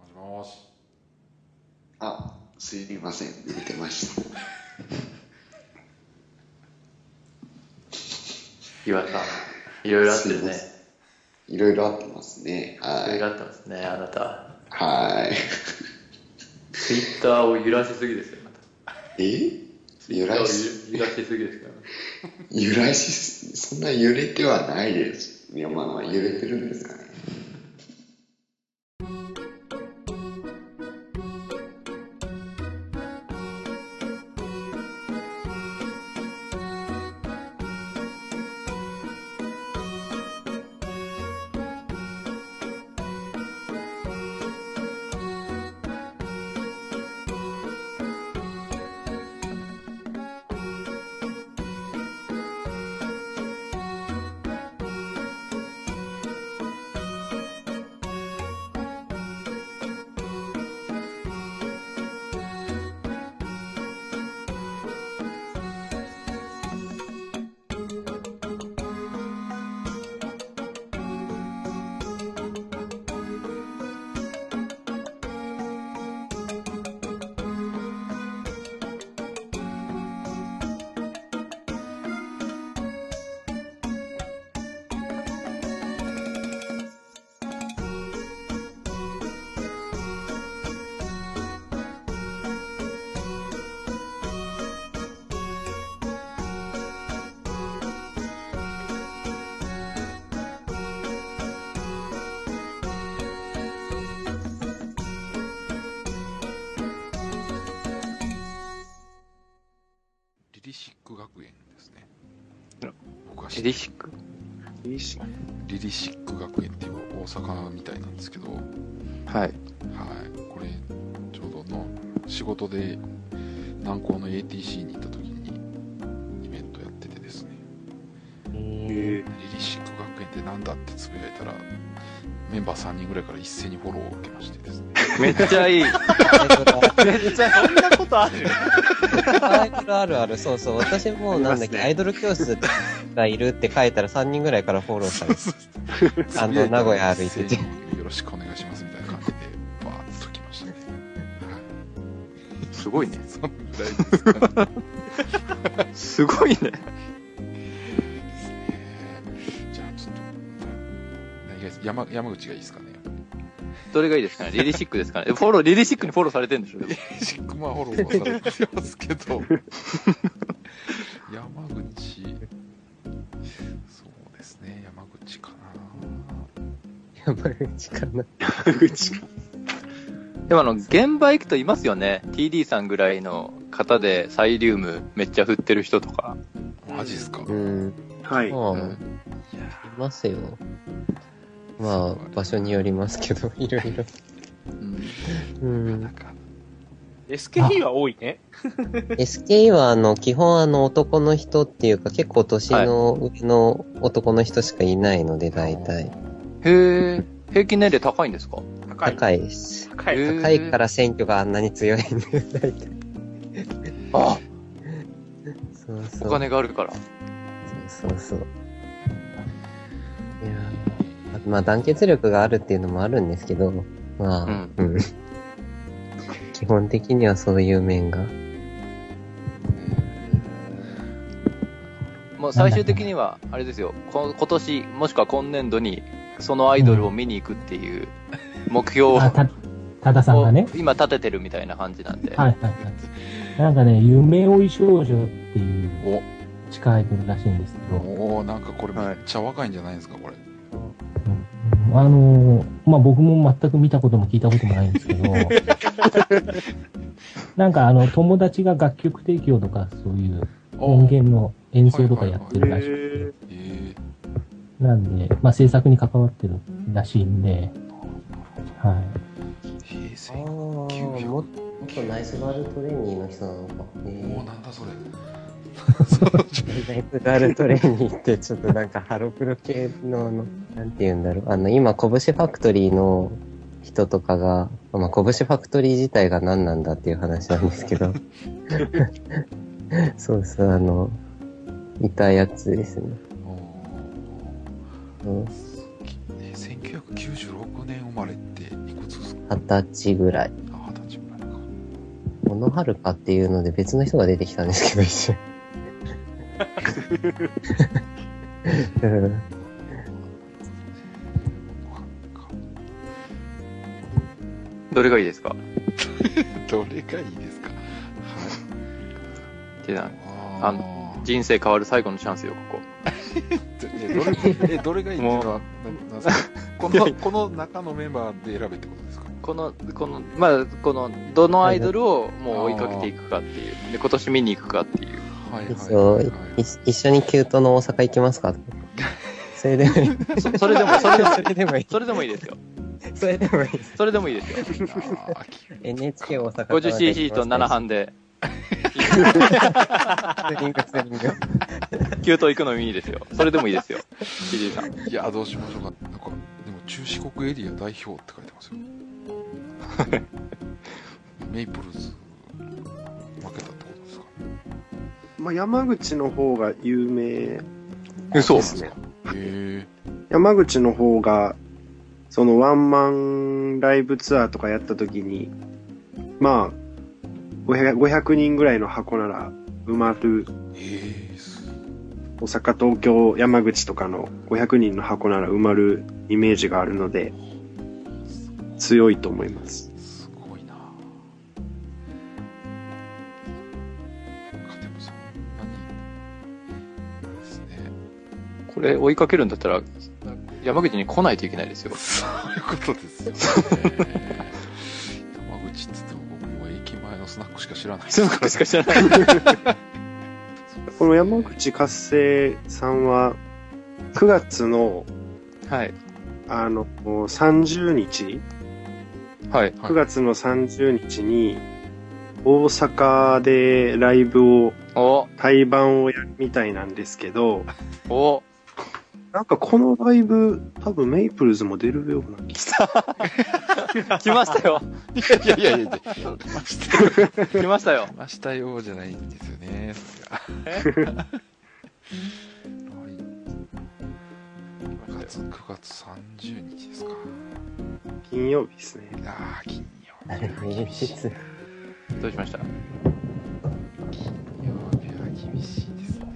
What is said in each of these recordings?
しもし。 あ、すいません、寝てました。 岩さん、いろいろあってるね。 いろいろあってますね。はい。 いろいろあってますね、あなた。 はい。 ツイッターを揺らしすぎですよ、また。 揺らしすぎですから。 揺らし、そんな揺れてはないです。いや、まあ、揺れてるんですかね。 リリシック学園ですね。僕はリリシックリリシック学園っていう大阪みたいなんですけど、はい、 はい。 これちょうどの仕事で南高の ATC に行った時にイベントやっててですね。リリシック学園ってなんだってつぶやいたらメンバー3人ぐらいから一斉にフォローを受けましてですね。 めっちゃいい。めっちゃ、そんなことあるアイドルあるある、そうそう。私もなんだっけ、アイドル教室がいるって書いたら3人ぐらいからフォローされて、名古屋歩いてて。 よろしくお願いしますみたいな感じで、バーッと来ましたね。 すごいね。 そのぐらいですかね。 すごいね。 じゃあちょっと、何がいいです山口がいいですかね。 どれがいいですかね、リリシックですかね。リリシックにフォローされてるんでしょ。 リリシックフォローされてますけど、山口、そうですね、山口かな。 山口かな。 山口か。でも現場行くといますよね。TD さんぐらいの方でサイリウムめっちゃ振ってる人とか。 マジっすか。 はい。 いますよ。まあ、場所によりますけど、いろいろ。 SKE は多いね。 SKE は、基本男の人っていうか、結構年の上の男の人しかいないので、大体。 へえ、平均年齢高いんですか？ 高いです。 高いから選挙があんなに強いんで、大体。 あ、 そうそう。 お金があるから。 そうそう。いやまあ団結力があるっていうのもあるんですけど、まあ、基本的にはそういう面が。 もう最終的には、あれですよ、今年、もしくは今年度に、そのアイドルを見に行くっていう目標を、 多田さんがね。 今立ててるみたいな感じなんで。 はいはいはい。なんかね、夢追い少女っていう地下アイドルらしいんですけど。 なんかこれめっちゃ若いんじゃないですか、これ。 まあ、僕も全く見たことも聞いたこともないんですけど、なんか友達が楽曲提供とかそういう音源の演奏とかやってるらしくて、なんで、まあ制作に関わってるらしいんで、はい。 もっとナイスガールトレーニーの人なのか。 なんだそれ。 ナイスガールトレーニーってちょっとなんかハロプロ系のなんて言うんだろう。今、拳ファクトリーの人とかが、まあ、拳ファクトリー自体が何なんだっていう話なんですけど。そうそう、いたやつですね。 1996年生まれっていくつですか？ 20歳ぐらい。 あ、20歳ぐらいか。 小野遥っていうので別の人が出てきたんですけど、一瞬。 どれがいいですか？ どれがいいですか？ はい。人生変わる最後のチャンスよ、ここ。 どれがいいですか？この中のメンバーで選べってことですか？ どのアイドルをもう追いかけていくかっていう。で、今年見に行くかっていう。 一緒にキュートの大阪行きますか？それでもいい。 それでもいい。それでもいいですよ。 それでもいいです。 それでもいいですよ。 NHK 大阪 50cc と7班で。キュート行くのもいいですよ。それでもいいですよ。TD さん。 いや、どうしましょうか。なんか、でも中四国エリア代表って書いてますよ。メイプルズ、負けたってことですか？ まあ、山口の方が有名ですね。山口の方が、そのワンマンライブツアーとかやった時に、まあ、500人ぐらいの箱なら埋まる。大阪、東京、山口とかの500人の箱なら埋まるイメージがあるので、強いと思います。 すごいな。でもそんなにですね。 これ追いかけるんだったら、山口に来ないといけないですよ。 そういうことですよね。山口って言っても僕も駅前のスナックしか知らない。 スナックしか知らない。 この山口活性さんは、9月の、 はい。 30日、 はい。 9月の30日に、大阪でライブを、対バンをやるみたいなんですけど、なんかこのライブ、多分メイプルズも出るような気が。来ましたよ。 いや、来ましたよ。 来ましたよじゃないんですよね。9月30日ですか。 金曜日ですね。 ああ、金曜日。 どうしました？ 金曜日は厳しいですね。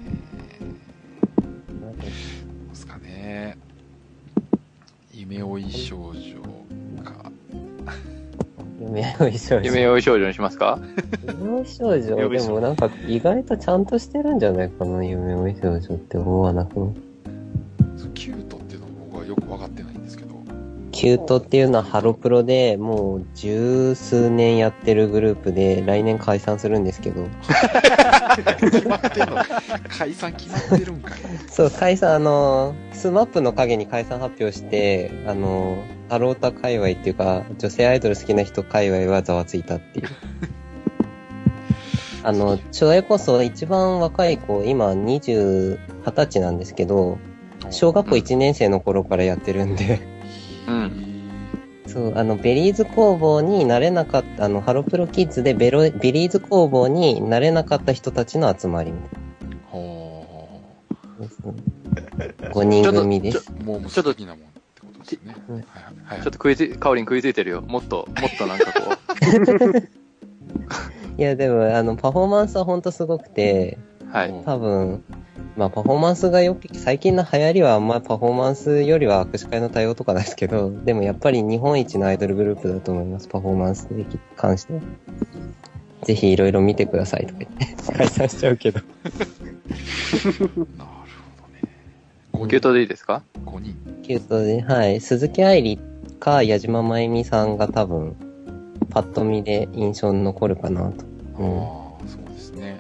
ですかね。夢追い少女か。 夢追い少女。 夢追い少女にしますか？ 夢追い少女でもなんか意外とちゃんとしてるんじゃないかな、夢追い少女って思わなくも。 キュートっていうのも僕はよく分かってないんですけど。 キュートっていうのはハロプロでもう十数年やってるグループで来年解散するんですけど。 決まってんの？解散決まってるんかい。 そう、解散、スマップの陰に解散発表して、ハロータ界隈っていうか、女性アイドル好きな人界隈はざわついたっていう。それこそ一番若い子、今20歳なんですけど、小学校1年生の頃からやってるんで、そう、ベリーズ工房になれなかった、ハロプロキッズでベリーズ工房になれなかった人たちの集まりみたいな。5人組です。 もうちょっと好きなもんってことですね。 ちょっとカオリン食いついてるよ。もっとなんかこう。いや、でも、パフォーマンスはほんとすごくて、 はい。 多分、まあ、パフォーマンスが最近の流行りはあんまパフォーマンスよりは握手会の対応とかですけど、でもやっぱり日本一のアイドルグループだと思います、パフォーマンスに関しては。ぜひいろいろ見てくださいとか言って、解散しちゃうけど。 なるほどね。 キュートでいいですか ？5人。 キュートで、はい。鈴木愛理か矢島真由美さんが多分、パッと見で印象に残るかなと。 そうですね。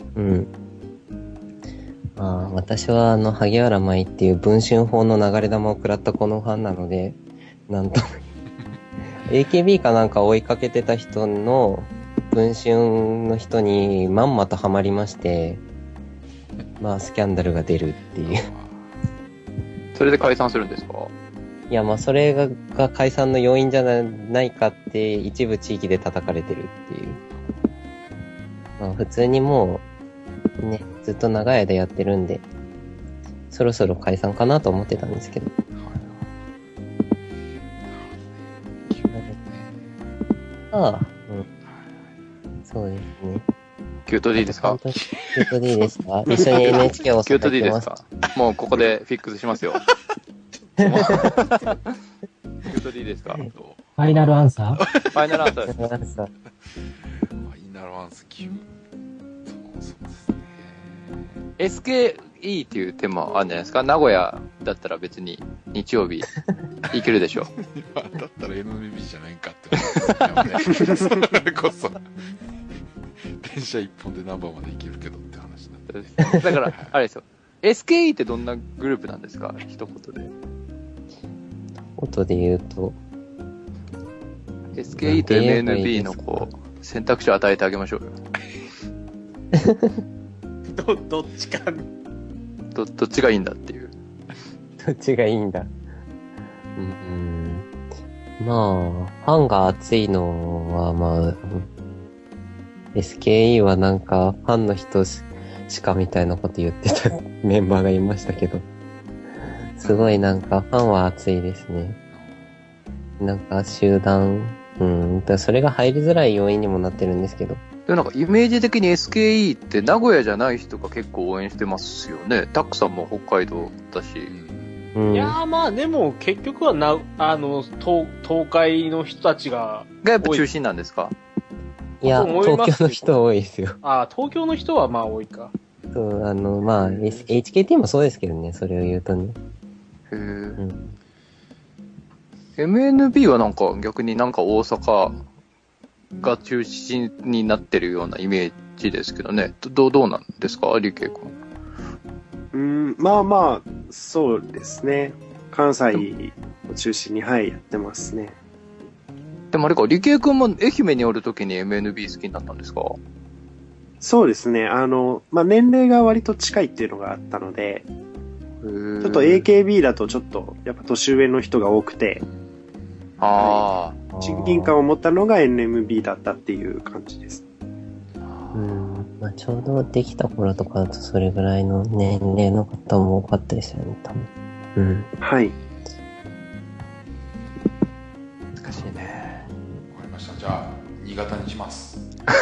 私は萩原舞っていう文春法の流れ玉を食らったこのファンなので、なんと、AKB かなんか追いかけてた人の文春の人にまんまとハマりまして、まあスキャンダルが出るっていう。 それで解散するんですか？ いや、まあそれが解散の要因じゃないかって一部地域で叩かれてるっていう。まあ普通にもう、ね、ずっと長い間やってるんで、そろそろ解散かなと思ってたんですけど。 あ、うん。そうですね。 キュート D ですか？ キュート D ですか？一緒に NHK をキュート D ですか？もうここでフィックスしますよ。キュート D ですか？ ファイナルアンサー？ ファイナルアンサーです。 ファイナルアンサー9。そうですね。 SKE っていうテーマあるんじゃないですか？名古屋だったら別に日曜日行けるでしょ。 だったら NMB じゃないんかって思ってね。それこそ。電車一本でナンバーまで行けるけどって話になって。 だから、あれですよ。SKE ってどんなグループなんですか？一言で。 音で言うと。 SKE と MNB のこう、選択肢を与えてあげましょうよ。 どっちか。 どっちがいいんだっていう。 どっちがいいんだ。まあ、ファンが熱いのは、まあ、SKE はなんか、ファンの人しかみたいなこと言ってたメンバーがいましたけど、すごいなんか、ファンは熱いですね。なんか、集団、それが入りづらい要因にもなってるんですけど。 でもなんか、イメージ的に SKE って名古屋じゃない人が結構応援してますよね。タックさんも北海道だし。 いやーまあでも結局は東海の人たちがやっぱ中心なんですか？ いや、東京の人多いですよ。 東京の人はまあ多いか。 そう、まあ、HKT もそうですけどね、それを言うとね。 へぇMNB はなんか逆になんか大阪が中心になってるようなイメージですけどね。どうなんですか？リケイ君。 まあまあ、そうですね。関西を中心に、やってますね。 でもあれか、理系君も愛媛におるときに MNB 好きになったんですか？ そうですね。まあ年齢が割と近いっていうのがあったので、ちょっと AKB だとちょっと、やっぱ年上の人が多くて、親近感を持ったのが NMB だったっていう感じです。 まあ、ちょうどできた頃とかだとそれぐらいの年齢の方も多かったですよね、多分。 はい。 難しいね。 わかりました。じゃあ、新潟にします。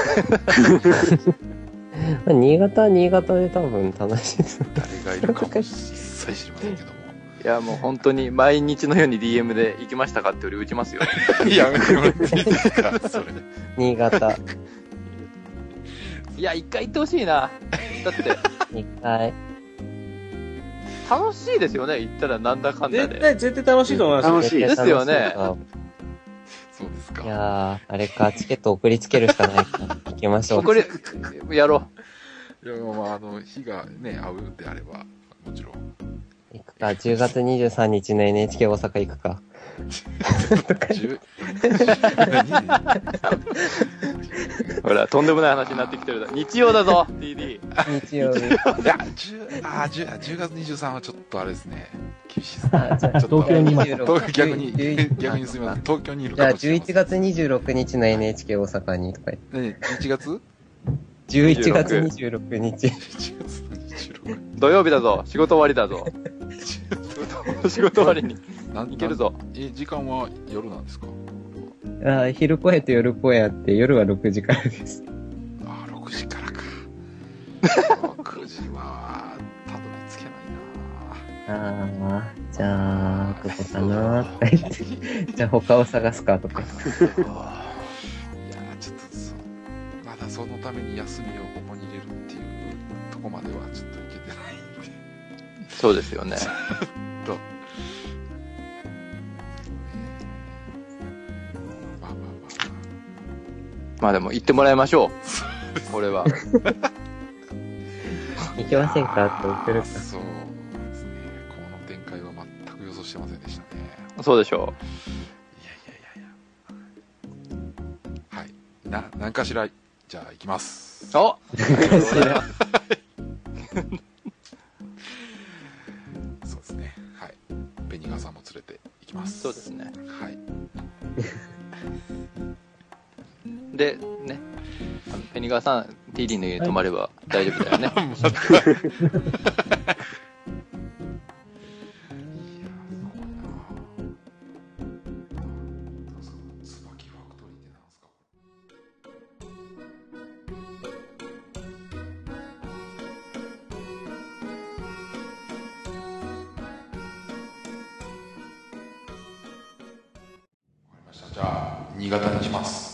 まあ、新潟は新潟で多分楽しいです。 誰がいるかも一切知りませんけども。 いや、もう本当に毎日のように DM で行きましたかってより打ちますよ。 やめてもらっていいですか、それ。 新潟。 いや、一回行ってほしいな。だって、 一回。 楽しいですよね、行ったらなんだかんだで。 絶対楽しいと思います。 楽しいですよね。 そうですか。 いやー、あれか、チケット送りつけるしかないか。行きましょう。 やろう。いや、まあ、日がね、合うであれば、もちろん。 行くか、10月23日の NHK 大阪行くか。 ほら、とんでもない話になってきてる。日曜だぞ、TD。 日曜日。 いや、10月23はちょっとあれですね。厳しいですね。 東京にいます。 逆にすみません。東京にいるじゃあ、11月26日の NHK 大阪にとか言って。 11月 ?11 月26日。 11月26日。 土曜日だぞ、仕事終わりだぞ。仕事終わりに行けるぞ。 時間は夜なんですか？ 昼公演と夜公演あって、夜は6時からです。 6時からか。6時は、たどり着けないな。 じゃあ、ここかなとか言って。じゃあ他を探すかとか。いやちょっとまだそのために休みをここに入れるっていうとこまではちょっといけてないんで。 そうですよね。まあでも行ってもらいましょう。これは。 行きませんかって送るか。 そうですね。この展開は全く予想してませんでしたね。 そうでしょう。はい。何かしら、じゃあ行きます。 おそうですね。はい。ベニガさんも連れて行きます。 そうですね。 はい。 で、ね、ペニガーさん、TD の家に泊まれば大丈夫だよね。 じゃあ新潟にします。